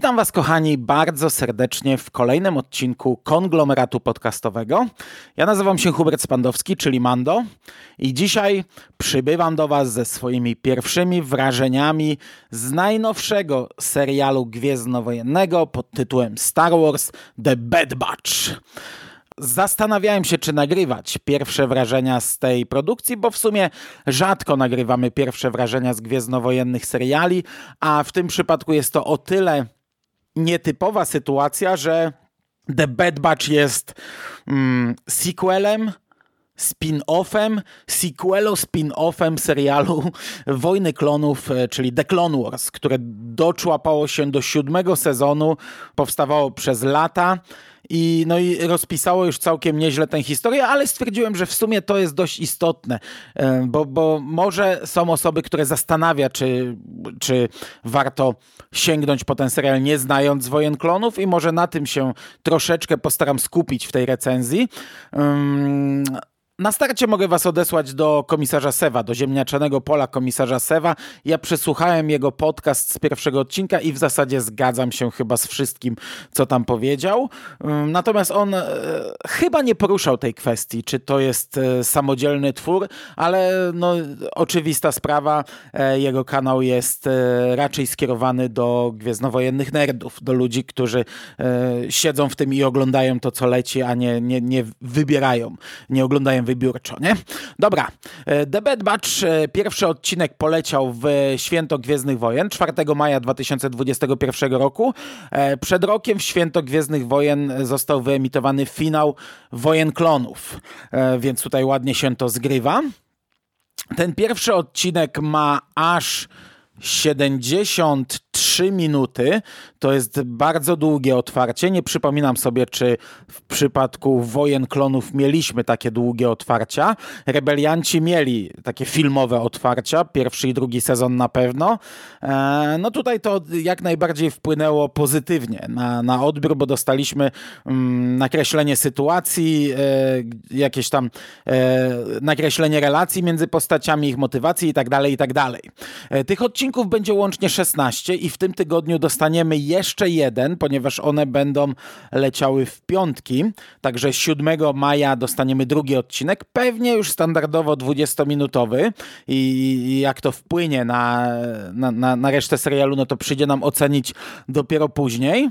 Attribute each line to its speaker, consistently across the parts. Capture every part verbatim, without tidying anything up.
Speaker 1: Witam Was, kochani, bardzo serdecznie w kolejnym odcinku Konglomeratu Podcastowego. Ja nazywam się Hubert Spandowski, czyli Mando, i dzisiaj przybywam do Was ze swoimi pierwszymi wrażeniami z najnowszego serialu gwiezdnowojennego pod tytułem Star Wars The Bad Batch. Zastanawiałem się, czy nagrywać pierwsze wrażenia z tej produkcji, bo w sumie rzadko nagrywamy pierwsze wrażenia z gwiezdnowojennych seriali, a w tym przypadku jest to o tyle nietypowa sytuacja, że The Bad Batch jest mm, sequelem, spin-offem, sequelu spin-offem serialu Wojny Klonów, czyli The Clone Wars, które doczłapało się do siódmego sezonu, powstawało przez lata i, no i rozpisało już całkiem nieźle tę historię, ale stwierdziłem, że w sumie to jest dość istotne, bo, bo może są osoby, które zastanawia, czy, czy warto sięgnąć po ten serial nie znając Wojen Klonów, i może na tym się troszeczkę postaram skupić w tej recenzji. Um, Na starcie mogę was odesłać do komisarza Sewa, do ziemniaczanego pola komisarza Sewa. Ja przesłuchałem jego podcast z pierwszego odcinka i w zasadzie zgadzam się chyba z wszystkim, co tam powiedział. Natomiast on e, chyba nie poruszał tej kwestii, czy to jest e, samodzielny twór, ale no, oczywista sprawa, e, jego kanał jest e, raczej skierowany do gwiezdnowojennych nerdów, do ludzi, którzy e, siedzą w tym i oglądają to, co leci, a nie, nie, nie wybierają, nie oglądają wybiórczo, nie? Dobra, The Bad Batch, pierwszy odcinek poleciał w święto Gwiezdnych Wojen, czwartego maja dwa tysiące dwudziestego pierwszego roku. Przed rokiem w święto Gwiezdnych Wojen został wyemitowany finał Wojen Klonów, więc tutaj ładnie się to zgrywa. Ten pierwszy odcinek ma aż siedemdziesiąt trzy minuty. To jest bardzo długie otwarcie. Nie przypominam sobie, czy w przypadku Wojen Klonów mieliśmy takie długie otwarcia. Rebelianci mieli takie filmowe otwarcia. Pierwszy i drugi sezon na pewno. No tutaj to jak najbardziej wpłynęło pozytywnie na, na odbiór, bo dostaliśmy mm, nakreślenie sytuacji, e, jakieś tam e, nakreślenie relacji między postaciami, ich motywacji i tak dalej, i tak dalej. E, tych odcinków będzie łącznie szesnaście i w tym tygodniu dostaniemy jeszcze jeden, ponieważ one będą leciały w piątki, także siódmego maja dostaniemy drugi odcinek, pewnie już standardowo dwudziestominutowy, i jak to wpłynie na, na, na, na resztę serialu, no to przyjdzie nam ocenić dopiero później.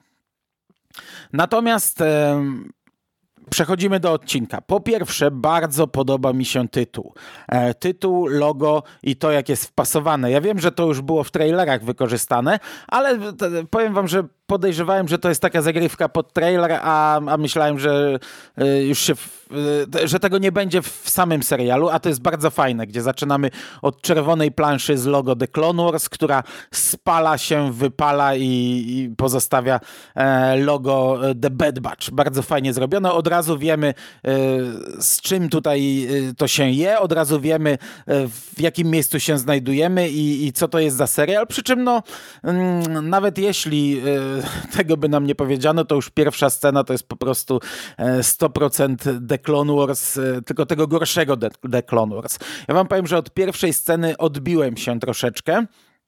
Speaker 1: Natomiast e, przechodzimy do odcinka. Po pierwsze, bardzo podoba mi się tytuł. E, tytuł, logo i to, jak jest wpasowane. Ja wiem, że to już było w trailerach wykorzystane, ale t- powiem wam, że podejrzewałem, że to jest taka zagrywka pod trailer, a, a myślałem, że y, już się, w, y, że tego nie będzie w samym serialu, a to jest bardzo fajne, gdzie zaczynamy od czerwonej planszy z logo The Clone Wars, która spala się, wypala i, i pozostawia e, logo The Bad Batch. Bardzo fajnie zrobione. Od razu wiemy, y, z czym tutaj y, to się je, od razu wiemy, y, w jakim miejscu się znajdujemy i, i co to jest za serial. Przy czym no, y, nawet jeśli y, tego by nam nie powiedziano, to już pierwsza scena to jest po prostu sto procent The Clone Wars, tylko tego gorszego The, The Clone Wars. Ja wam powiem, że od pierwszej sceny odbiłem się troszeczkę,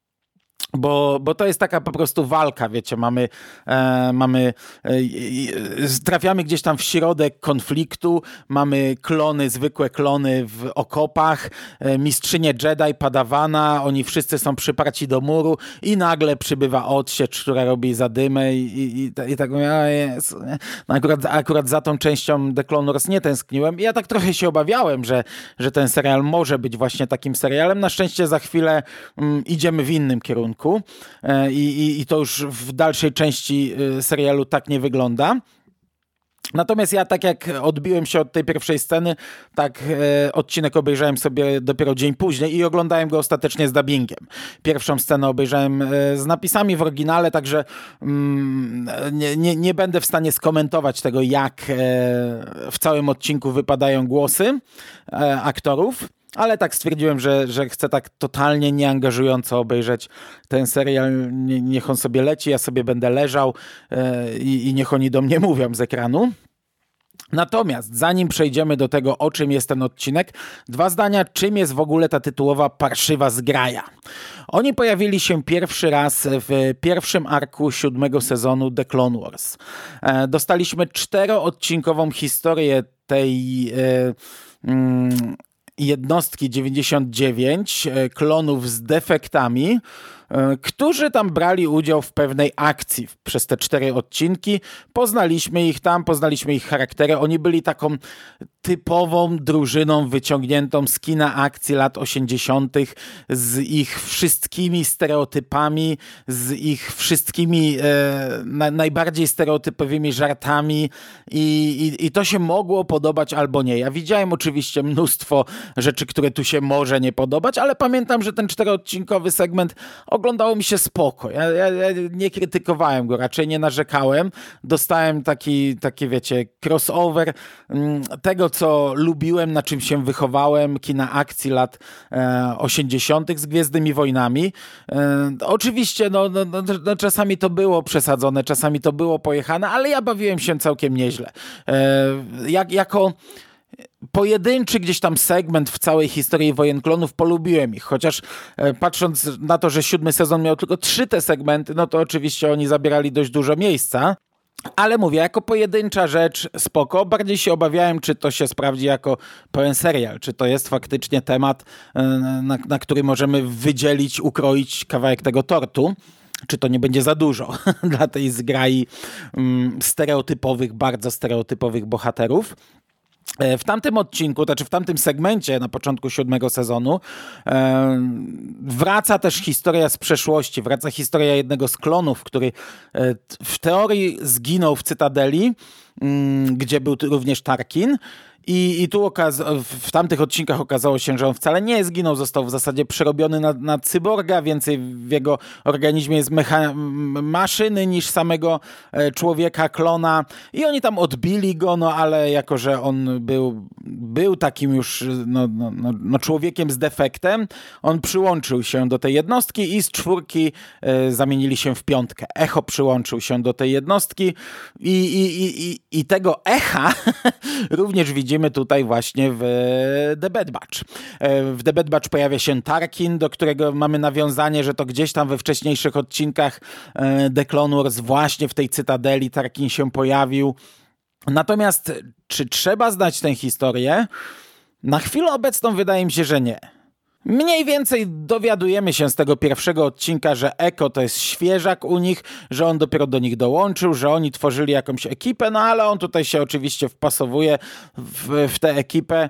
Speaker 1: Bo, bo to jest taka po prostu walka, wiecie, mamy, e, mamy e, trafiamy gdzieś tam w środek konfliktu, mamy klony, zwykłe klony w okopach, e, mistrzynię Jedi, Padawana, oni wszyscy są przyparci do muru i nagle przybywa odsiecz, która robi zadymę i, i, i, i tak mówię, o Jezu, nie? No akurat, akurat za tą częścią The Clone Wars nie tęskniłem i ja tak trochę się obawiałem, że, że ten serial może być właśnie takim serialem. Na szczęście za chwilę mm, idziemy w innym kierunku. I, i, I to już w dalszej części serialu tak nie wygląda. Natomiast ja, tak jak odbiłem się od tej pierwszej sceny, tak e, odcinek obejrzałem sobie dopiero dzień później i oglądałem go ostatecznie z dubbingiem. Pierwszą scenę obejrzałem e, z napisami w oryginale, także mm, nie, nie, nie będę w stanie skomentować tego, jak e, w całym odcinku wypadają głosy e, aktorów. Ale tak stwierdziłem, że, że chcę tak totalnie nieangażująco obejrzeć ten serial. Nie, niech on sobie leci, ja sobie będę leżał yy, i niech oni do mnie mówią z ekranu. Natomiast zanim przejdziemy do tego, o czym jest ten odcinek, dwa zdania, czym jest w ogóle ta tytułowa parszywa zgraja. Oni pojawili się pierwszy raz w pierwszym arku siódmego sezonu The Clone Wars. Dostaliśmy czteroodcinkową historię tej e, mm, jednostki dziewięćdziesiąt dziewięć, klonów z defektami, którzy tam brali udział w pewnej akcji przez te cztery odcinki. Poznaliśmy ich tam, poznaliśmy ich charaktery. Oni byli taką typową drużyną wyciągniętą z kina akcji lat osiemdziesiątych, z ich wszystkimi stereotypami, z ich wszystkimi e, na, najbardziej stereotypowymi żartami i, i, i to się mogło podobać albo nie. Ja widziałem oczywiście mnóstwo rzeczy, które tu się może nie podobać, ale pamiętam, że ten czteroodcinkowy segment oglądało mi się spoko. Ja, ja, ja nie krytykowałem go, raczej nie narzekałem. Dostałem taki, taki wiecie, crossover m, tego, co lubiłem, na czym się wychowałem, kina akcji lat e, osiemdziesiątych z Gwiezdnymi Wojnami. E, oczywiście no, no, no, no, czasami to było przesadzone, czasami to było pojechane, ale ja bawiłem się całkiem nieźle. E, jak, jako pojedynczy gdzieś tam segment w całej historii Wojen Klonów polubiłem ich, chociaż e, patrząc na to, że siódmy sezon miał tylko trzy te segmenty, no to oczywiście oni zabierali dość dużo miejsca. Ale mówię, jako pojedyncza rzecz spoko. Bardziej się obawiałem, czy to się sprawdzi jako pełen serial, czy to jest faktycznie temat, na, na który możemy wydzielić, ukroić kawałek tego tortu. Czy to nie będzie za dużo dla tej zgrai um, stereotypowych, bardzo stereotypowych bohaterów. W tamtym odcinku, znaczy w tamtym segmencie na początku siódmego sezonu e, wraca też historia z przeszłości, wraca historia jednego z klonów, który e, w teorii zginął w Cytadeli, m, gdzie był również Tarkin. I, i tu okaz- w tamtych odcinkach okazało się, że on wcale nie zginął, został w zasadzie przerobiony na, na cyborga, więcej w jego organizmie jest mecha- maszyny niż samego e, człowieka, klona. I oni tam odbili go, no ale jako, że on był, był takim już no, no, no, no człowiekiem z defektem, on przyłączył się do tej jednostki i z czwórki e, zamienili się w piątkę. Echo przyłączył się do tej jednostki i, i, i, i, i tego echa również widzimy tutaj właśnie w The Bad Batch. W The Bad Batch pojawia się Tarkin, do którego mamy nawiązanie, że to gdzieś tam we wcześniejszych odcinkach The Clone Wars właśnie w tej Cytadeli Tarkin się pojawił. Natomiast czy trzeba znać tę historię? Na chwilę obecną wydaje mi się, że nie. Mniej więcej dowiadujemy się z tego pierwszego odcinka, że Eko to jest świeżak u nich, że on dopiero do nich dołączył, że oni tworzyli jakąś ekipę, no ale on tutaj się oczywiście wpasowuje w, w tę ekipę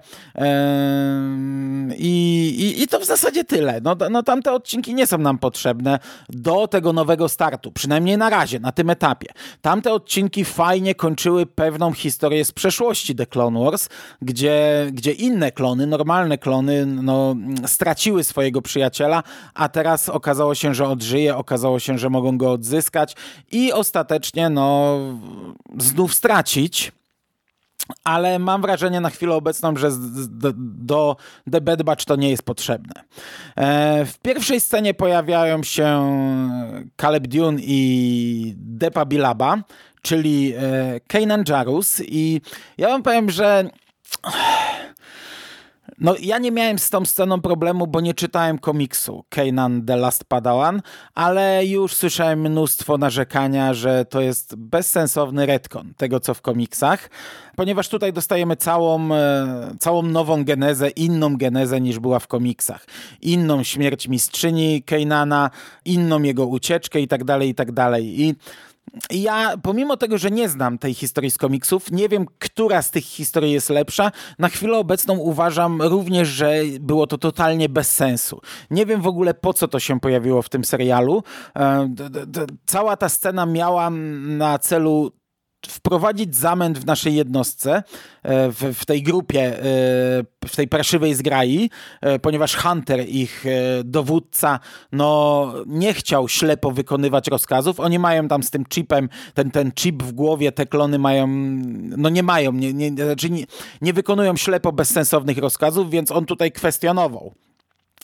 Speaker 1: i, i, i to w zasadzie tyle. No, no tamte odcinki nie są nam potrzebne do tego nowego startu, przynajmniej na razie, na tym etapie. Tamte odcinki fajnie kończyły pewną historię z przeszłości The Clone Wars, gdzie, gdzie inne klony, normalne klony, no straciły swojego przyjaciela, a teraz okazało się, że odżyje, okazało się, że mogą go odzyskać i ostatecznie no znów stracić. Ale mam wrażenie na chwilę obecną, że do, do The Bad Batch to nie jest potrzebne. E, w pierwszej scenie pojawiają się Caleb Dune i Depa Billaba, czyli e, Kanan Jarrus i ja wam powiem, że no, ja nie miałem z tą sceną problemu, bo nie czytałem komiksu Kanan The Last Padawan, ale już słyszałem mnóstwo narzekania, że to jest bezsensowny retcon tego, co w komiksach, ponieważ tutaj dostajemy całą, całą nową genezę, inną genezę niż była w komiksach. Inną śmierć mistrzyni Kanana, inną jego ucieczkę i tak dalej, i tak dalej. I ja, pomimo tego, że nie znam tej historii z komiksów, nie wiem, która z tych historii jest lepsza. Na chwilę obecną uważam również, że było to totalnie bez sensu. Nie wiem w ogóle, po co to się pojawiło w tym serialu. Cała ta scena miała na celu wprowadzić zamęt w naszej jednostce, w, w tej grupie, w tej parszywej zgrai, ponieważ Hunter, ich dowódca, no nie chciał ślepo wykonywać rozkazów. Oni mają tam z tym chipem, ten, ten chip w głowie, te klony mają, no nie mają, nie, nie, znaczy nie, nie wykonują ślepo bezsensownych rozkazów, więc on tutaj kwestionował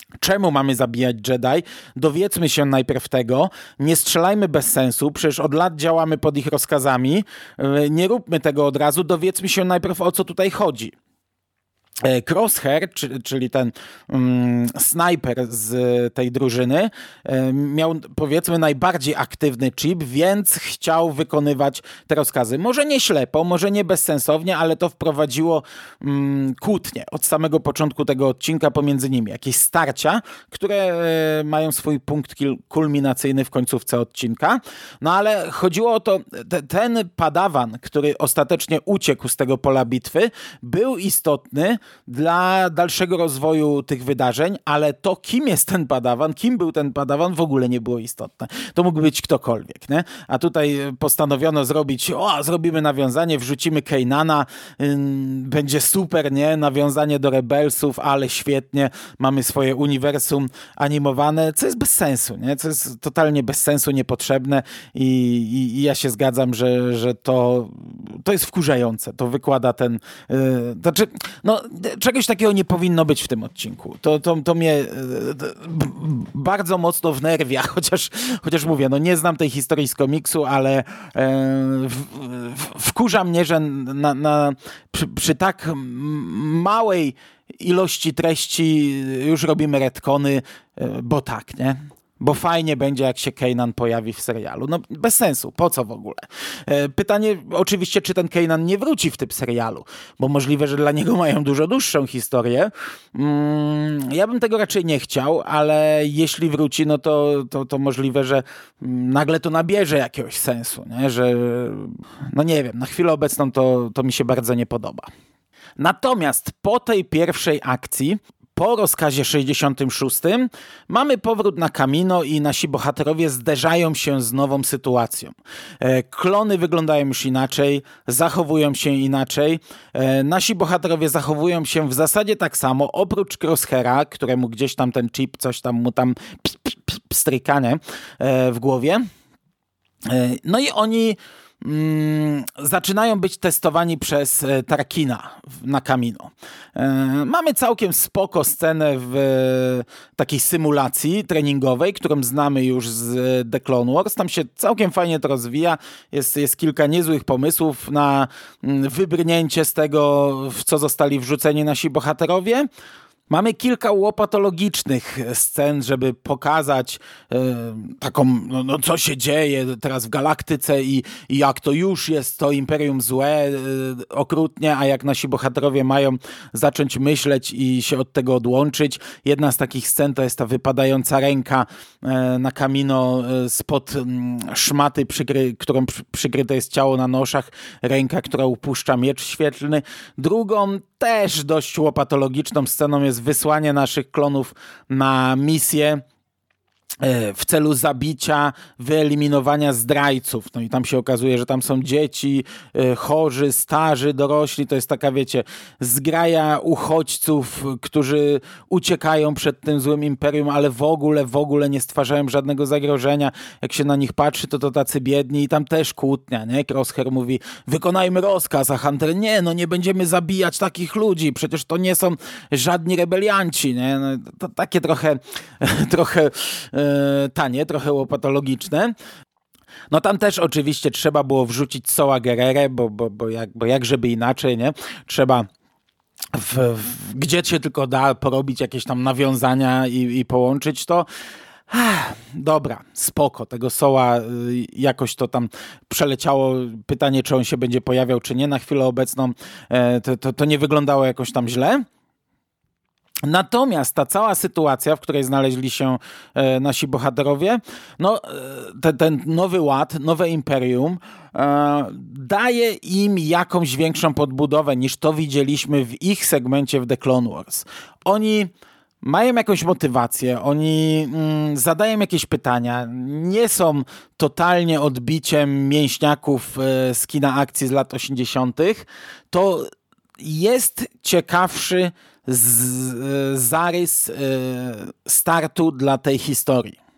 Speaker 1: Czemu mamy zabijać Jedi? Dowiedzmy się najpierw tego. Nie strzelajmy bez sensu, przecież od lat działamy pod ich rozkazami. Nie róbmy tego od razu, dowiedzmy się najpierw, o co tutaj chodzi. Crosshair, czyli ten um, snajper z tej drużyny, um, miał powiedzmy najbardziej aktywny chip, więc chciał wykonywać te rozkazy. Może nie ślepo, może nie bezsensownie, ale to wprowadziło um, kłótnie od samego początku tego odcinka pomiędzy nimi. Jakieś starcia, które e, mają swój punkt kulminacyjny w końcówce odcinka. No ale chodziło o to, te, ten padawan, który ostatecznie uciekł z tego pola bitwy, był istotny dla dalszego rozwoju tych wydarzeń, ale to, kim jest ten padawan, kim był ten padawan, w ogóle nie było istotne. To mógł być ktokolwiek, nie? A tutaj postanowiono zrobić, o, zrobimy nawiązanie, wrzucimy Kanana, yy, będzie super, nie? Nawiązanie do Rebelsów, ale świetnie, mamy swoje uniwersum animowane, co jest bez sensu, nie? Co jest totalnie bez sensu, niepotrzebne i, i, i ja się zgadzam, że, że to, to jest wkurzające. To wykłada ten... Yy, znaczy, no czegoś takiego nie powinno być w tym odcinku. To, to, to mnie bardzo mocno wnerwia, chociaż, chociaż mówię, no nie znam tej historii z komiksu, ale e, w, w, wkurza mnie, że na, na, przy, przy tak małej ilości treści już robimy retcony, bo tak, nie? Bo fajnie będzie, jak się Kanan pojawi w serialu. No bez sensu, po co w ogóle? Pytanie oczywiście, czy ten Kanan nie wróci w tym serialu, bo możliwe, że dla niego mają dużo dłuższą historię. Mm, ja bym tego raczej nie chciał, ale jeśli wróci, no to, to, to możliwe, że nagle to nabierze jakiegoś sensu, nie? Że no nie wiem, na chwilę obecną to, to mi się bardzo nie podoba. Natomiast po tej pierwszej akcji, po rozkazie sześćdziesiątym szóstym mamy powrót na Kamino i nasi bohaterowie zderzają się z nową sytuacją. Klony wyglądają już inaczej, zachowują się inaczej. Nasi bohaterowie zachowują się w zasadzie tak samo, oprócz Crosshaira, któremu gdzieś tam ten chip, coś tam mu tam pstrykanie w głowie. No i oni Mm, zaczynają być testowani przez e, Tarkina na Kamino. E, mamy całkiem spoko scenę w e, takiej symulacji treningowej, którą znamy już z e, The Clone Wars. Tam się całkiem fajnie to rozwija. Jest, jest kilka niezłych pomysłów na mm, wybrnięcie z tego, w co zostali wrzuceni nasi bohaterowie. Mamy kilka łopatologicznych scen, żeby pokazać e, taką, no, no co się dzieje teraz w galaktyce i, i jak to już jest to imperium złe, e, okrutnie, a jak nasi bohaterowie mają zacząć myśleć i się od tego odłączyć. Jedna z takich scen to jest ta wypadająca ręka e, na Kamino e, spod m, szmaty, przykry, którą przy, przykryte jest ciało na noszach, ręka, która upuszcza miecz świetlny. Drugą, też dość łopatologiczną sceną jest wysłanie naszych klonów na misję w celu zabicia, wyeliminowania zdrajców. No i tam się okazuje, że tam są dzieci, chorzy, starzy, dorośli. To jest taka, wiecie, zgraja uchodźców, którzy uciekają przed tym złym imperium, ale w ogóle, w ogóle nie stwarzają żadnego zagrożenia. Jak się na nich patrzy, to to tacy biedni i tam też kłótnia, nie? Crosshair mówi, wykonajmy rozkaz, a Hunter, nie, no nie będziemy zabijać takich ludzi, przecież to nie są żadni rebelianci, nie? No, to takie trochę, trochę tanie, trochę łopatologiczne. No tam też oczywiście trzeba było wrzucić Saw Gerrera, bo, bo, bo, jak, bo jak żeby inaczej, nie? Trzeba w, w, gdzie się tylko da porobić jakieś tam nawiązania i, i połączyć to. Ach, dobra, spoko, tego Soła y, jakoś to tam przeleciało. Pytanie, czy on się będzie pojawiał, czy nie. Na chwilę obecną y, to, to, to nie wyglądało jakoś tam źle. Natomiast ta cała sytuacja, w której znaleźli się e, nasi bohaterowie, no e, te, ten nowy ład, nowe imperium e, daje im jakąś większą podbudowę niż to widzieliśmy w ich segmencie w The Clone Wars. Oni mają jakąś motywację, oni mm, zadają jakieś pytania, nie są totalnie odbiciem mięśniaków e, z kina akcji z lat osiemdziesiątych. To jest ciekawszy z, z, zarys y, startu dla tej historii.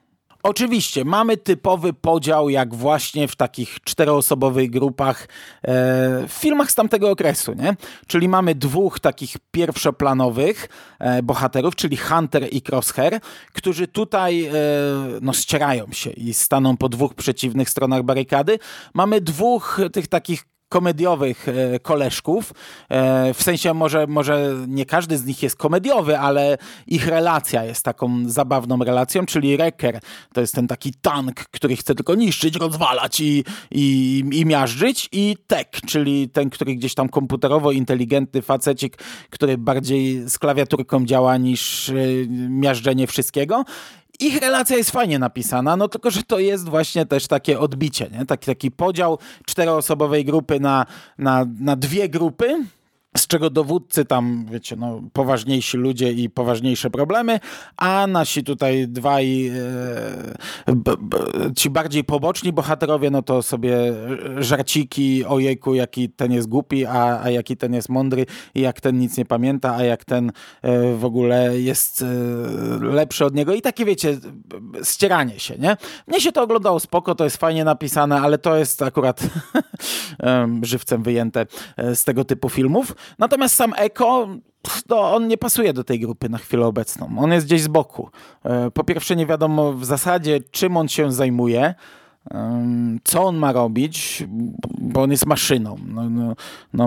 Speaker 1: Oczywiście, mamy typowy podział, jak właśnie w takich czteroosobowych grupach e, w filmach z tamtego okresu, nie? Czyli mamy dwóch takich pierwszoplanowych e, bohaterów, czyli Hunter i Crosshair, którzy tutaj e, no, ścierają się i staną po dwóch przeciwnych stronach barykady. Mamy dwóch tych takich komediowych e, koleżków, e, w sensie może, może nie każdy z nich jest komediowy, ale ich relacja jest taką zabawną relacją, czyli Wrecker to jest ten taki tank, który chce tylko niszczyć, rozwalać i, i, i miażdżyć, i Tech, czyli ten, który gdzieś tam komputerowo inteligentny facecik, który bardziej z klawiaturką działa niż e, miażdżenie wszystkiego. Ich relacja jest fajnie napisana, no tylko, że to jest właśnie też takie odbicie, nie? Taki, taki podział czteroosobowej grupy na, na, na dwie grupy, z czego dowódcy tam, wiecie, no, poważniejsi ludzie i poważniejsze problemy, a nasi tutaj dwaj, e, b, b, ci bardziej poboczni bohaterowie, no to sobie żarciki, ojejku, jaki ten jest głupi, a, a jaki ten jest mądry i jak ten nic nie pamięta, a jak ten e, w ogóle jest e, lepszy od niego i takie, wiecie, ścieranie się, nie? Mnie się to oglądało spoko, to jest fajnie napisane, ale to jest akurat żywcem wyjęte z tego typu filmów. Natomiast sam Eko, no, on nie pasuje do tej grupy na chwilę obecną. On jest gdzieś z boku. Po pierwsze nie wiadomo w zasadzie, czym on się zajmuje, co on ma robić, bo on jest maszyną. No, no, no,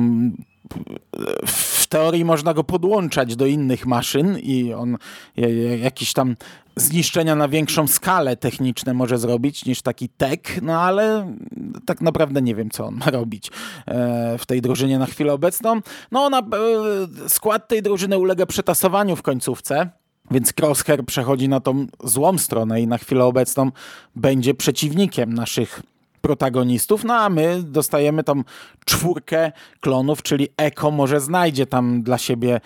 Speaker 1: w teorii można go podłączać do innych maszyn i on jakiś tam zniszczenia na większą skalę techniczne może zrobić niż taki Tech, no ale tak naprawdę nie wiem, co on ma robić w tej drużynie na chwilę obecną. No ona, skład tej drużyny ulega przetasowaniu w końcówce, więc Crosshair przechodzi na tą złą stronę i na chwilę obecną będzie przeciwnikiem naszych protagonistów, no a my dostajemy tam czwórkę klonów, czyli Eko może znajdzie tam dla siebie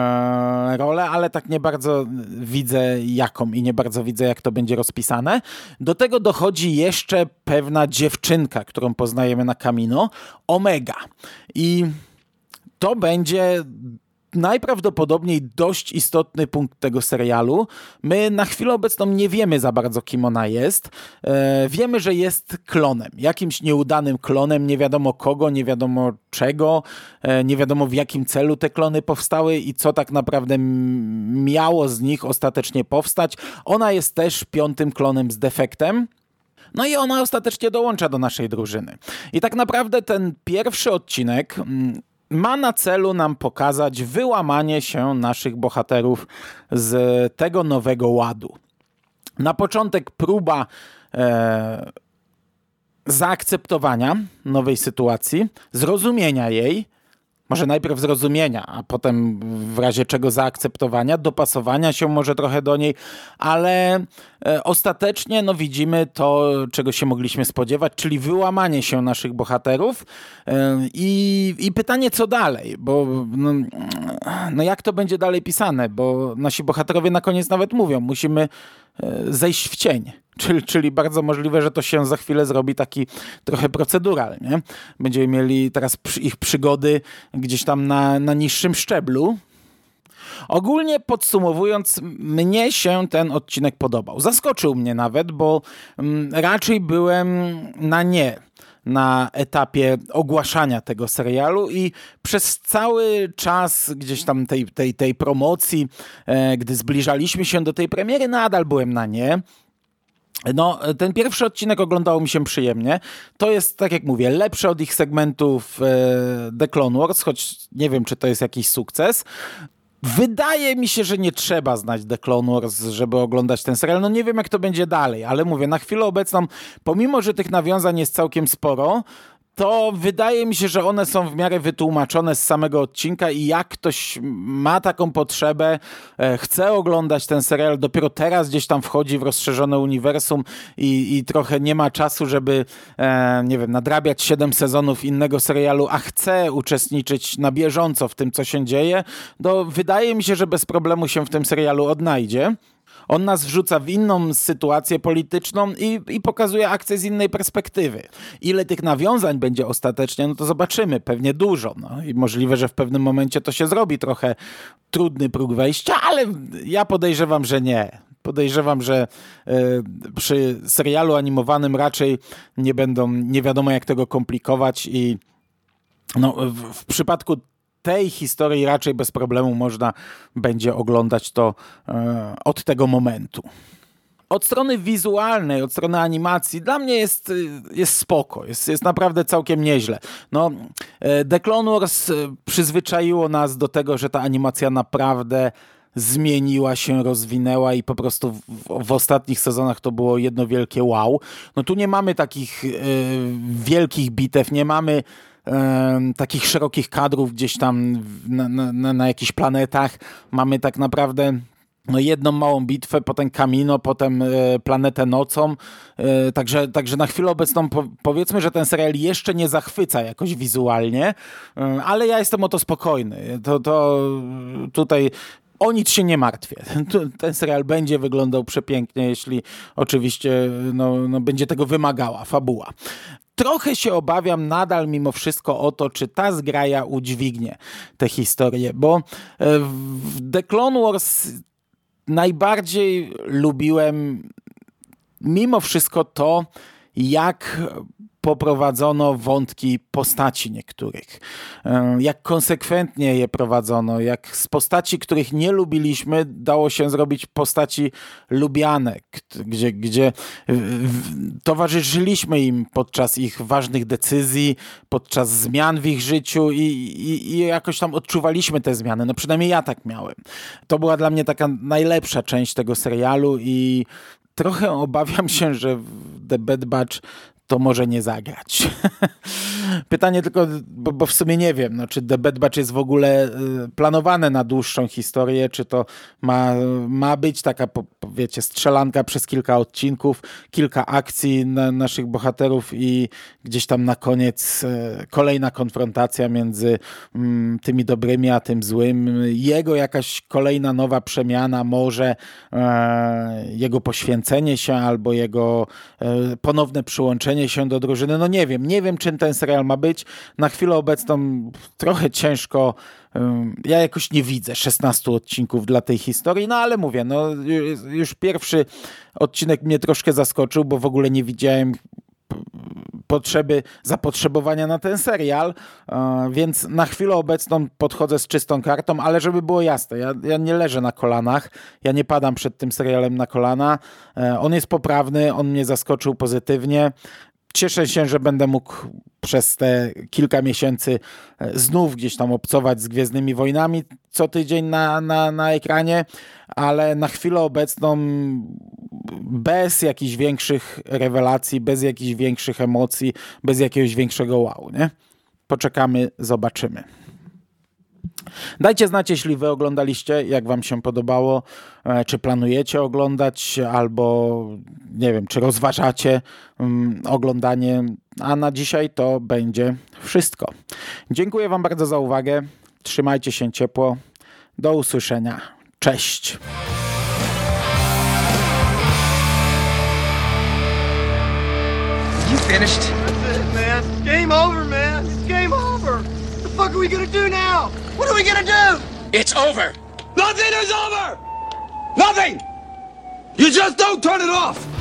Speaker 1: e, rolę, ale tak nie bardzo widzę jaką i nie bardzo widzę, jak to będzie rozpisane. Do tego dochodzi jeszcze pewna dziewczynka, którą poznajemy na Kamino, Omega. I to będzie najprawdopodobniej dość istotny punkt tego serialu. My na chwilę obecną nie wiemy za bardzo, kim ona jest. E, wiemy, że jest klonem. Jakimś nieudanym klonem, nie wiadomo kogo, nie wiadomo czego, e, nie wiadomo w jakim celu te klony powstały i co tak naprawdę m- miało z nich ostatecznie powstać. Ona jest też piątym klonem z defektem. No i ona ostatecznie dołącza do naszej drużyny. I tak naprawdę ten pierwszy odcinek mm, ma na celu nam pokazać wyłamanie się naszych bohaterów z tego nowego ładu. Na początek próba e, zaakceptowania nowej sytuacji, zrozumienia jej, może najpierw zrozumienia, a potem w razie czego zaakceptowania, dopasowania się może trochę do niej, ale e, ostatecznie no, widzimy to, czego się mogliśmy spodziewać, czyli wyłamanie się naszych bohaterów e, i, i pytanie, co dalej, bo no, no jak to będzie dalej pisane, bo nasi bohaterowie na koniec nawet mówią, musimy e, zejść w cień. Czyli, czyli bardzo możliwe, że to się za chwilę zrobi taki trochę procedural, nie? Będziemy mieli teraz przy, ich przygody gdzieś tam na, na niższym szczeblu. Ogólnie podsumowując, mnie się ten odcinek podobał. Zaskoczył mnie nawet, bo mm, raczej byłem na nie na etapie ogłaszania tego serialu i przez cały czas gdzieś tam tej, tej, tej promocji, e, gdy zbliżaliśmy się do tej premiery, nadal byłem na nie. No, ten pierwszy odcinek oglądało mi się przyjemnie. To jest, tak jak mówię, lepszy od ich segmentów e, The Clone Wars, choć nie wiem, czy to jest jakiś sukces. Wydaje mi się, że nie trzeba znać The Clone Wars, żeby oglądać ten serial. No nie wiem, jak to będzie dalej, ale mówię, na chwilę obecną, pomimo, że tych nawiązań jest całkiem sporo, to wydaje mi się, że one są w miarę wytłumaczone z samego odcinka i jak ktoś ma taką potrzebę, e, chce oglądać ten serial, dopiero teraz gdzieś tam wchodzi w rozszerzone uniwersum i, i trochę nie ma czasu, żeby, e, nie wiem, nadrabiać siedem sezonów innego serialu, a chce uczestniczyć na bieżąco w tym, co się dzieje, to wydaje mi się, że bez problemu się w tym serialu odnajdzie. On nas wrzuca w inną sytuację polityczną i, i pokazuje akcję z innej perspektywy. Ile tych nawiązań będzie ostatecznie, no to zobaczymy. Pewnie dużo. No. I możliwe, że w pewnym momencie to się zrobi trochę trudny próg wejścia, ale ja podejrzewam, że nie. Podejrzewam, że przy serialu animowanym raczej nie będą, nie wiadomo jak tego komplikować i no, w, w przypadku tej historii raczej bez problemu można będzie oglądać to od tego momentu. Od strony wizualnej, od strony animacji dla mnie jest, jest spoko, jest, jest naprawdę całkiem nieźle. No, The Clone Wars przyzwyczaiło nas do tego, że ta animacja naprawdę zmieniła się, rozwinęła i po prostu w, w ostatnich sezonach to było jedno wielkie wow. No tu nie mamy takich y, wielkich bitew, nie mamy y, takich szerokich kadrów gdzieś tam na, na, na jakichś planetach. Mamy tak naprawdę no jedną małą bitwę, potem Kamino, potem y, Planetę Nocą. Y, także, także na chwilę obecną po, powiedzmy, że ten serial jeszcze nie zachwyca jakoś wizualnie, y, ale ja jestem o to spokojny. To, to tutaj o nic się nie martwię. Ten serial będzie wyglądał przepięknie, jeśli oczywiście no, no, będzie tego wymagała fabuła. Trochę się obawiam nadal mimo wszystko o to, czy ta zgraja udźwignie tę historię, bo w The Clone Wars najbardziej lubiłem mimo wszystko to, jak poprowadzono wątki postaci niektórych. Jak konsekwentnie je prowadzono, jak z postaci, których nie lubiliśmy, dało się zrobić postaci lubiane, gdzie, gdzie towarzyszyliśmy im podczas ich ważnych decyzji, podczas zmian w ich życiu i, i, i jakoś tam odczuwaliśmy te zmiany. No przynajmniej ja tak miałem. To była dla mnie taka najlepsza część tego serialu i trochę obawiam się, że w The Bad Batch to może nie zagrać. Pytanie tylko, bo, bo w sumie nie wiem, no, czy The Bad Batch jest w ogóle y, planowane na dłuższą historię, czy to ma, ma być taka, po, wiecie, strzelanka przez kilka odcinków, kilka akcji na, naszych bohaterów i gdzieś tam na koniec y, kolejna konfrontacja między y, tymi dobrymi a tym złym. Jego jakaś kolejna nowa przemiana, może y, jego poświęcenie się albo jego y, ponowne przyłączenie się do drużyny. No nie wiem, nie wiem czym ten serial ma być. Na chwilę obecną trochę ciężko, ja jakoś nie widzę szesnastu odcinków dla tej historii, no ale mówię, no już pierwszy odcinek mnie troszkę zaskoczył, bo w ogóle nie widziałem potrzeby, zapotrzebowania na ten serial, więc na chwilę obecną podchodzę z czystą kartą, ale żeby było jasne, ja, ja nie leżę na kolanach, ja nie padam przed tym serialem na kolana, on jest poprawny, on mnie zaskoczył pozytywnie. Cieszę się, że będę mógł przez te kilka miesięcy znów gdzieś tam obcować z Gwiezdnymi Wojnami co tydzień na, na, na ekranie, ale na chwilę obecną bez jakichś większych rewelacji, bez jakichś większych emocji, bez jakiegoś większego wow, nie? Poczekamy, zobaczymy. Dajcie znać, jeśli wy oglądaliście, jak wam się podobało, czy planujecie oglądać, albo nie wiem, czy rozważacie um, oglądanie, a na dzisiaj to będzie wszystko. Dziękuję wam bardzo za uwagę, trzymajcie się ciepło, do usłyszenia, cześć!
Speaker 2: You finished? That's it, man. Game over, man. It's game over. What the fuck are we gonna do now? What are we gonna do?
Speaker 3: It's over.
Speaker 2: Nothing is over! Nothing! You just don't turn it off!